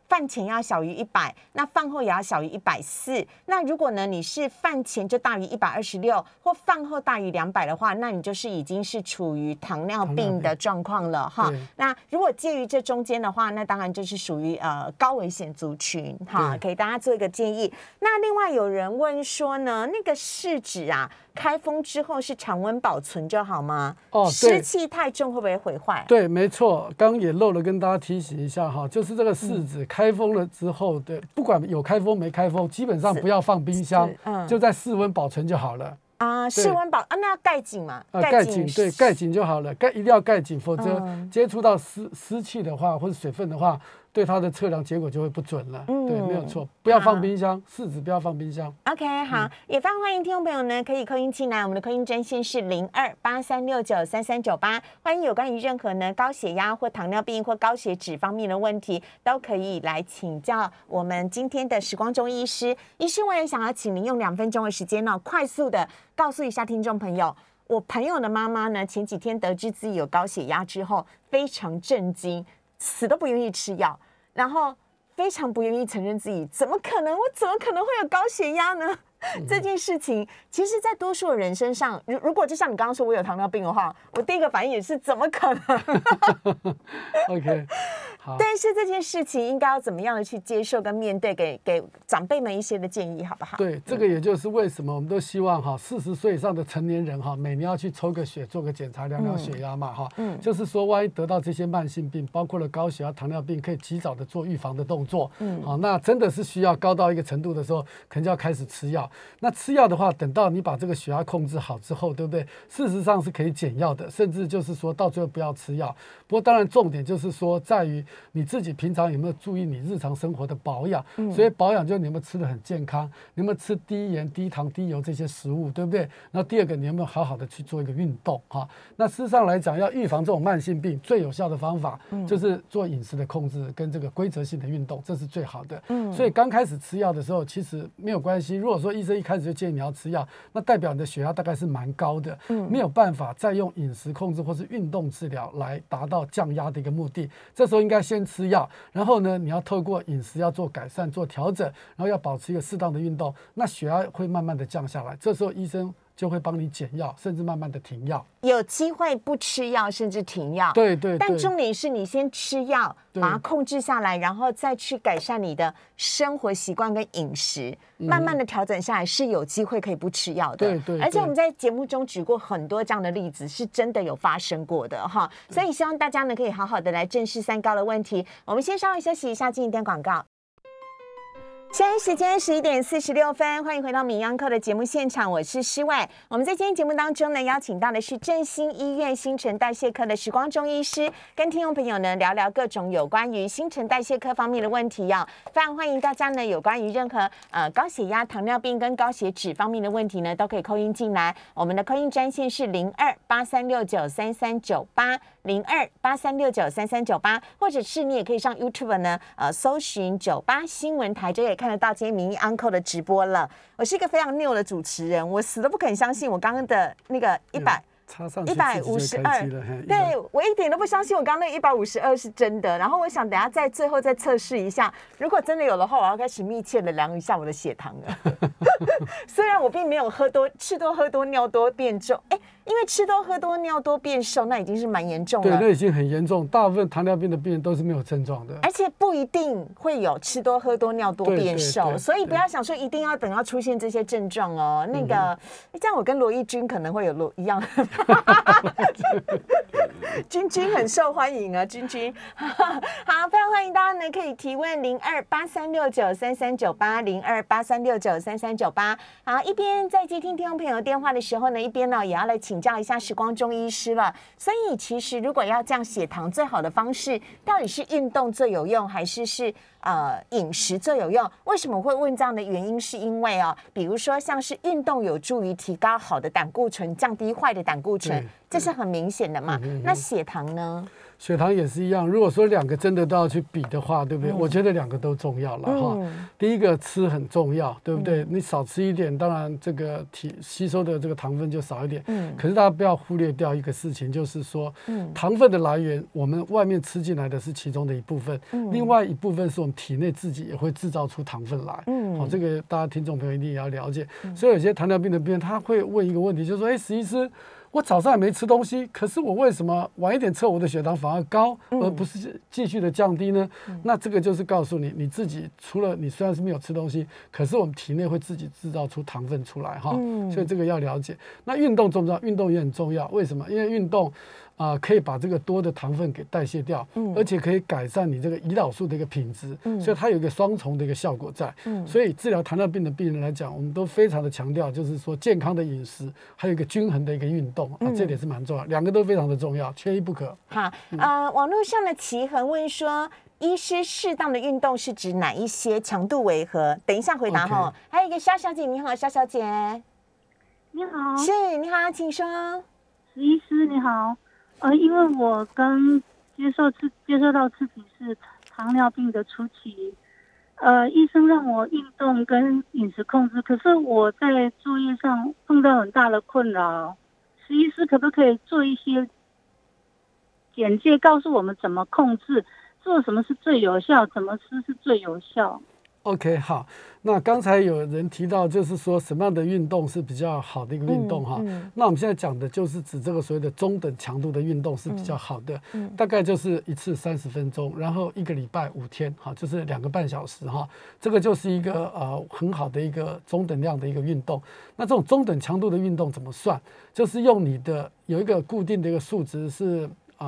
饭前要小于100，那饭后也要小于140。那如果呢你是饭前就大于126，或饭后大于200的话，那你就是已经是处于糖尿病的状况了哈。那如果介于这中间的话，那当然就是属于高危险族群哈，给大家做一个建议。那另外有人问说呢，那个试纸啊，开封之后是常温保存就好吗？湿气太重会不会毁坏？ 对，没错，刚也漏了跟大家提醒一下哈，就是这个试纸开封了之后的，不管有开封没开封，基本上不要放冰箱，就在室温保存就好了。 室温保那要盖紧嘛？ 盖紧，对，盖紧就好了，一定要盖紧，否则接触到湿气的话，或者水分的话，对它的测量结果就会不准了。对，没有错，不要放冰箱，试纸不要放冰箱。 OK， 好，也非常欢迎听众朋友呢可以扣音进来，我们的扣音专线是0283693398，欢迎有关于任何呢高血压或糖尿病或高血脂方面的问题，都可以来请教我们今天的时光中医师。医师，我也想要请您用2分钟的时间呢，快速的告诉一下听众朋友，我朋友的妈妈呢，前几天得知自己有高血压之后，非常震惊，死都不愿意吃药，然后非常不愿意承认自己，怎么可能？我怎么可能会有高血压呢？这件事情，其实，在多数的人身上，如果就像你刚刚说我有糖尿病的话，我第一个反应也是怎么可能 ？OK。 但是这件事情应该要怎么样的去接受跟面对，给长辈们一些的建议，好不好？ 对，这个也就是为什么我们都希望40岁以上的成年人每年要去抽个血，做个检查，量量血压嘛就是说万一得到这些慢性病，包括了高血压、糖尿病，可以及早的做预防的动作。那真的是需要高到一个程度的时候，可能就要开始吃药。那吃药的话，等到你把这个血压控制好之后，对不对？事实上是可以减药的，甚至就是说到最后不要吃药。不过当然重点就是说在于你自己平常有没有注意你日常生活的保养，所以保养就是你有没有吃得很健康，你有没有吃低盐、低糖、低油这些食物，对不对？然后第二个，你有没有好好的去做一个运动那事实上来讲，要预防这种慢性病，最有效的方法就是做饮食的控制跟这个规则性的运动，这是最好的。所以刚开始吃药的时候，其实没有关系。如果说医生一开始就建议你要吃药，那代表你的血压大概是蛮高的，没有办法再用饮食控制或是运动治疗来达到降压的一个目的。这时候应该先吃药，然后呢，你要透过饮食要做改善、做调整，然后要保持一个适当的运动，那血压会慢慢的降下来。这时候医生就会帮你减药，甚至慢慢的停药， 有机会不吃药甚至停药。 对， 但重点是你先吃药，把它控制下来，然后再去改善你的生活习惯跟饮食，慢慢的调整下来，是有机会可以不吃药的。 对， 而且我们在节目中举过很多这样的例子，是真的有发生过的哈。所以希望大家呢可以好好的来正视三高的问题。我们先稍微休息一下，进一段广告。现在时间11点46分，欢迎回到名医安扣的节目现场，我是诗伟。我们在今天节目当中呢，邀请到的是振兴医院新陈代谢科的时光中医师，跟听众朋友呢聊聊各种有关于新陈代谢科方面的问题非常欢迎大家呢有关于任何高血压、糖尿病跟高血脂方面的问题呢，都可以扣音进来。我们的扣音专线是0283693398，0283693398，或者是你也可以上 YouTube 呢搜寻98新闻台，就可以看得到今天名医Uncle的直播了。我是一个非常拗的主持人，我死都不肯相信我刚刚的那个152，对，我一点都不相信我刚刚那152是真的。然后我想等下在最后再测试一下，如果真的有的话，我要开始密切的量一下我的血糖了。虽然我并没有吃多喝多尿多变重，因为吃多喝多尿多变瘦，那已经是蛮严重了。 对，那已经很严重。大部分糖尿病的病人都是没有症状的， 而且不一定会有吃多喝多尿多变瘦，所以不要想说一定要等到出现这些症状哦。那个，这样我跟罗毅军可能会有一样。君很受欢迎啊，君好，非常欢迎大家呢可以提问0283693398，0283693398。好，一边在接听听众朋友的电话的时候呢，一边呢也要来请教一下时光中医师了。所以其实如果要降血糖，最好的方式到底是运动最有用，还是饮食最有用？为什么会问这样的原因？是因为比如说像是运动有助于提高好的胆固醇，降低坏的胆固醇，这是很明显的嘛。那血糖呢？ 血糖也是一样，如果说两个真的都要去比的话，对不对？我觉得两个都重要了哈。第一个吃很重要，对不对？你少吃一点，当然这个吸收的这个糖分就少一点。可是大家不要忽略掉一个事情，就是说，糖分的来源，我们外面吃进来的是其中的一部分，另外一部分是我们体内自己也会制造出糖分来。好，这个大家听众朋友一定也要了解。所以有些糖尿病的病人他会问一个问题，就是说，史医师，我早上也没吃东西，可是我为什么晚一点测我的血糖反而高，而不是继续的降低呢？那这个就是告诉你，你自己除了你虽然是没有吃东西，可是我们体内会自己制造出糖分出来哈，所以这个要了解。那运动重不重要？运动也很重要，为什么？因为运动可以把这个多的糖分给代谢掉，而且可以改善你这个胰岛素的一个品质，所以它有一个双重的一个效果在。所以治疗糖尿病的病人来讲，我们都非常的强调，就是说健康的饮食，还有一个均衡的一个运动这点是蛮重要，两个都非常的重要，缺一不可。 好，网络上的齐恒问说，医师适当的运动是指哪一些？强度为何？等一下回答哈。还有一个肖小姐，你好，肖小姐。 你好。 是，你好，请说。 史医师你好。因为我刚接受到自己是糖尿病的初期，医生让我运动跟饮食控制，可是我在作业上碰到很大的困扰。史医师可不可以做一些简介，告诉我们怎么控制，做什么是最有效，怎么吃是最有效 ？OK， 好，那刚才有人提到，就是说什么样的运动是比较好的一个运动哈？那我们现在讲的就是指这个所谓的中等强度的运动是比较好的，大概就是一次30分钟，然后1个礼拜5天，哈，就是2个半小时哈，这个就是一个很好的一个中等量的一个运动。那这种中等强度的运动怎么算？就是用你的有一个固定的一个数值是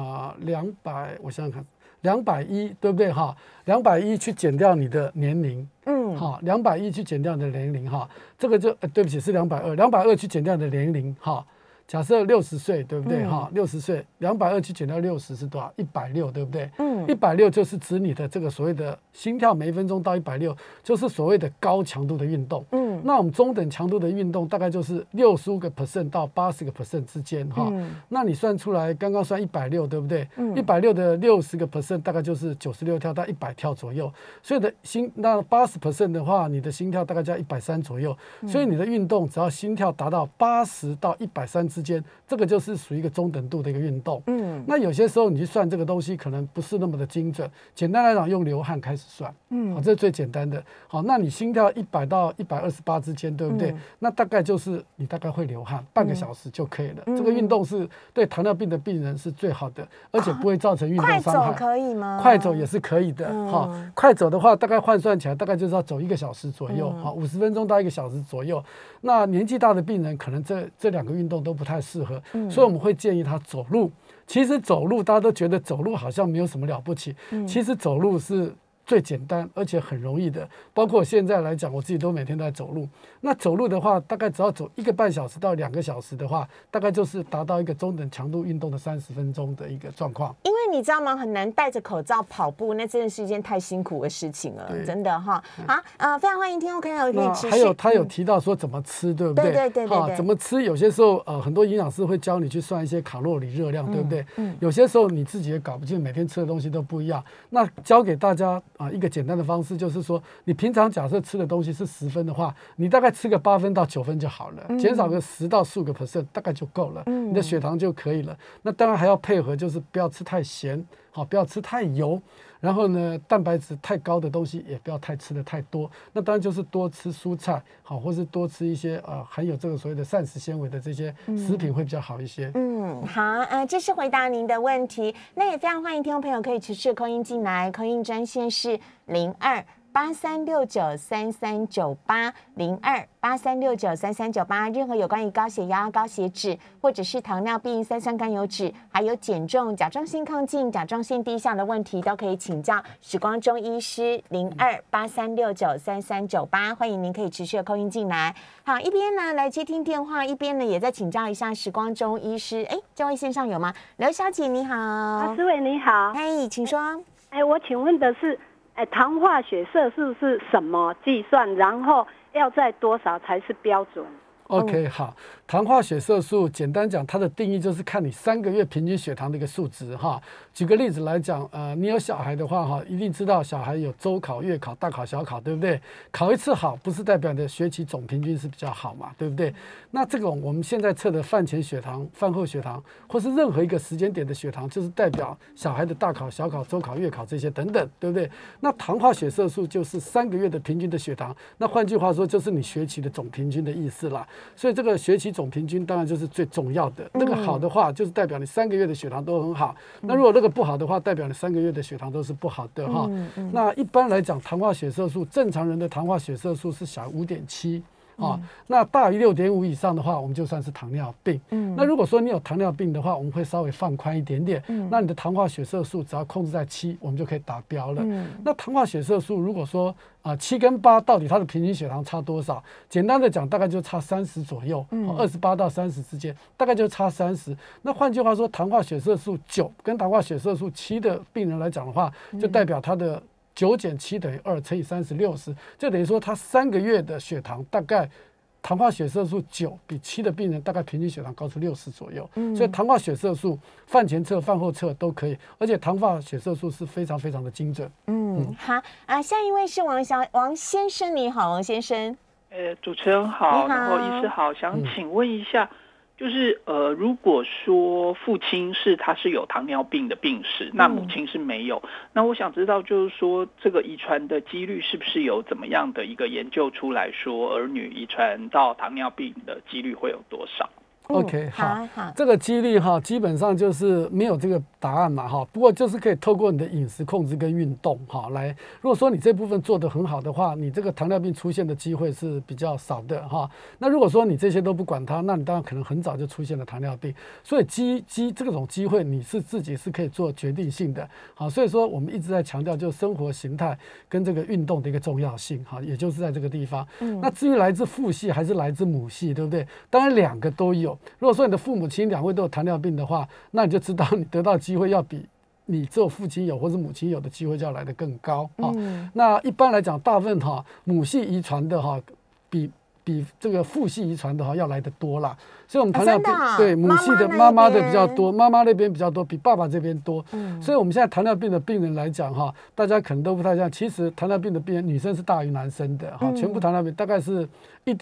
200，我想想看。210，对不对哈？210去减掉你的年龄，好，210去减掉你的年龄哈，这个就对不起是220去减掉你的年龄哈。假设60岁，对不对哈？60岁，220去减掉60是多少？160，对不对？160就是指你的这个所谓的心跳每分钟到160，就是所谓的高强度的运动。那我们中等强度的运动大概就是65% 到80% 之间哈。那你算出来，刚刚算160，对不对？160的60% 大概就是96跳到100跳左右。所以那80% 的话，你的心跳大概在130左右。所以你的运动只要心跳达到80到130之间，这个就是属于一个中等度的一个运动。那有些时候你去算这个东西可能不是那么的精准。简单来讲，用流汗开始算，好，这是最简单的。好，那你心跳100到128之间，对不对？那大概就是你大概会流汗半个小时就可以了。这个运动是对糖尿病的病人是最好的，而且不会造成运动伤害。 快走可以吗？ 快走也是可以的。快走的话，大概换算起来大概就是要走1个小时左右，好，50分钟到1个小时左右。那年纪大的病人可能这2个运动都不太适合，所以我们会建议他走路。其实走路大家都觉得走路好像没有什么了不起，其实走路是最简单而且很容易的。包括现在来讲，我自己都每天都在走路。那走路的话，大概只要走1个半小时到2个小时的话，大概就是达到一个中等强度运动的30分钟的一个状况。 因为你知道吗？很难戴着口罩跑步，那真的是一件太辛苦的事情了，真的哈。好，非常欢迎听众朋友可以持续。 还有他有提到说怎么吃，对不对？ 对。 怎么吃？有些时候很多营养师会教你去算一些卡路里热量，对不对？有些时候你自己也搞不清，每天吃的东西都不一样。那教给大家一个简单的方式，就是说你平常假设吃的东西是10分的话，你大概吃个8分到9分就好了，减少个10到15% 大概就够了，你的血糖就可以了。那当然还要配合，就是不要吃太咸，好，不要吃太油，然后呢，蛋白质太高的东西也不要吃的太多。那当然就是多吃蔬菜，好，或是多吃一些含有这个所谓的膳食纤维的这些食品会比较好一些。 好，这是回答您的问题。那也非常欢迎听众朋友可以持续 call in 进来，call in 专线是0283693398，0283693398，任何有关于高血压、高血脂，或者是糖尿病、三酸甘油脂，还有减重、甲状腺亢进、甲状腺低下的问题，都可以请教时光中医师0283693398，欢迎您可以持续的 call in 进来。好，一边呢来接听电话，一边呢也在请教一下时光中医师。这位线上有吗？刘小姐你好。 思伟你好。 嘿，请说。 我请问的是糖化血色素是什么计算？然后要在多少才是标准？ OK， 好， 糖化血色素简单讲，它的定义就是看你3个月平均血糖的一个数值哈。举个例子来讲，你有小孩的话哈，一定知道小孩有周考、月考、大考、小考，对不对？考一次好，不是代表你的学期总平均是比较好嘛，对不对？那这种我们现在测的饭前血糖、饭后血糖，或是任何一个时间点的血糖，就是代表小孩的大考、小考、周考、月考这些等等，对不对？那糖化血色素就是3个月的平均的血糖，那换句话说就是你学期的总平均的意思啦。所以这个学期总平均当然就是最重要的。那个好的话，就是代表你3个月的血糖都很好。那如果那个不好的话，代表你3个月的血糖都是不好的哈。那一般来讲，糖化血色素正常人的糖化血色素是小于5.7。那大于6.5以上的话，我们就算是糖尿病。那如果说你有糖尿病的话，我们会稍微放宽一点点。那你的糖化血色素只要控制在7，我们就可以达标了。那糖化血色素如果说7跟8到底它的平均血糖差多少？简单的讲，大概就差30左右，28到30之间，大概就差30。那换句话说，糖化血色素9跟糖化血色素7的病人来讲的话，就代表他的9减7等于2乘以30 60，就等于说他3个月的血糖大概糖化血色素9比7的病人大概平均血糖高出60左右。所以糖化血色素饭前测、饭后测都可以，而且糖化血色素是非常非常的精准。 好下一位是王先生，你好，王先生。 主持人好，然后医师好，想请问一下。就是如果说父亲他是有糖尿病的病史，那母亲是没有，那我想知道就是说这个遗传的几率是不是有怎么样的一个研究出来说儿女遗传到糖尿病的几率会有多少 ？OK， 好，这个几率哈，基本上就是没有这个答案嘛哈。不过就是可以透过你的饮食控制跟运动哈来。如果说你这部分做得很好的话，你这个糖尿病出现的机会是比较少的哈。那如果说你这些都不管它，那你当然可能很早就出现了糖尿病。所以这种机会你是自己是可以做决定性的。好，所以说我们一直在强调就是生活形态跟这个运动的一个重要性哈，也就是在这个地方。那至于来自父系还是来自母系，对不对？当然2个都有。如果说你的父母亲2位都有糖尿病的话，那你就知道你得到机会要比你只有父亲有或者母亲有的机会就要来得更高。那一般来讲，大部分母系遗传的比这个父系遗传的要来得多啦。所以我们糖尿病对母系的妈妈的比较多，妈妈那边比较多，比爸爸这边多。所以我们现在糖尿病的病人来讲大家可能都不太像。其实糖尿病的病人女生是大于男生的全部糖尿病大概是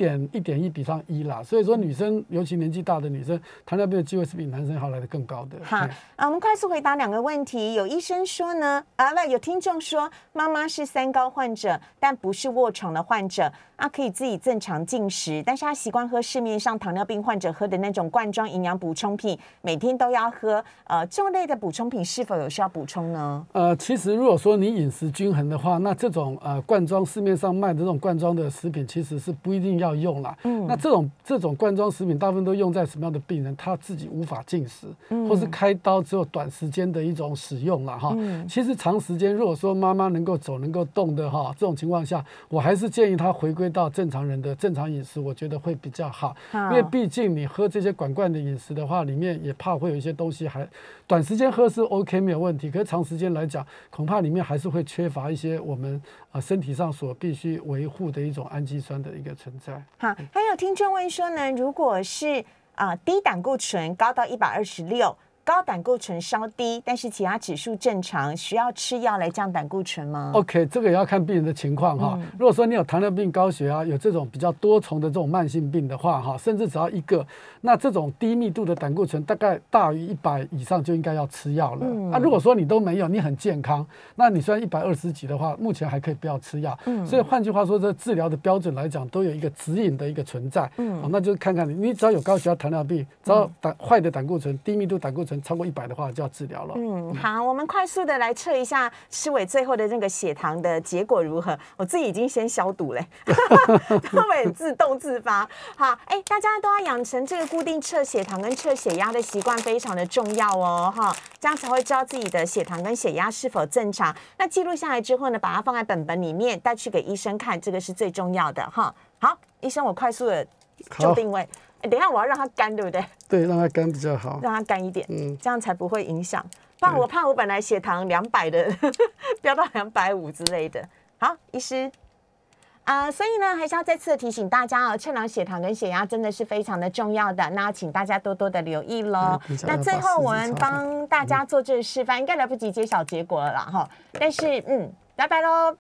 1.1比上1啦。所以说女生尤其年纪大的女生，糖尿病的机会是比男生要来得更高的。 好，我们快速回答2个问题。有医生说呢，有听众说妈妈是3高患者，但不是卧床的患者，可以自己正常进食，但是他习惯喝市面上糖尿病患者喝的那种罐装营养补充品，每天都要喝。这类的补充品是否有需要补充呢？ 其实如果说你饮食均衡的话，那这种罐装市面上卖的这种罐装的食品其实是不一定要用啦。那这种罐装食品大部分都用在什么样的病人？他自己无法进食，或是开刀只有短时间的一种使用啦哈。其实长时间如果说妈妈能够走能够动的这种情况下，我还是建议他回归到正常人的正常饮食，我觉得会比较好。因为毕竟你喝这些管罐的饮食的话，里面也怕会有一些东西还短时间喝是 OK 没有问题，可是长时间来讲，恐怕里面还是会缺乏一些我们身体上所必须维护的一种氨基酸的一个存在。 好，还有听众问说呢，如果是低胆固醇高到126。高胆固醇稍低，但是其他指数正常，需要吃药来降胆固醇吗 ？OK， 这个也要看病人的情况哈。如果说你有糖尿病、高血压，有这种比较多重的这种慢性病的话甚至只要1个，那这种低密度的胆固醇大概大于100以上就应该要吃药了。如果说你都没有，你很健康，那你虽然120几的话，目前还可以不要吃药。所以换句话说，这治疗的标准来讲，都有一个指引的一个存在。那就是看看你只要有高血压、糖尿病，只要坏的胆固醇、低密度胆固醇超过100的话就要治疗了。 好，我们快速的来测一下诗伟最后的那个血糖的结果如何。我自己已经先消毒了，他们也自动自发。好，大家都要养成这个固定测血糖跟测血压的习惯，非常的重要哦，这样才会知道自己的血糖跟血压是否正常。那记录下来之后呢，把它放在本里面，带去给医生看，这个是最重要的哈。好，医生，我快速的就定位。等一下我要让它干，对不对？ 对，让它干比较好， 让它干一点，这样才不会影响。不然我怕我本来血糖200的飙到250之类的。好，医师， 所以呢，还是要再次提醒大家测量血糖跟血压真的是非常的重要的，那请大家多多的留意咯。那最后我们帮大家做这个示范，应该来不及揭晓结果了啦哈。但是拜拜咯。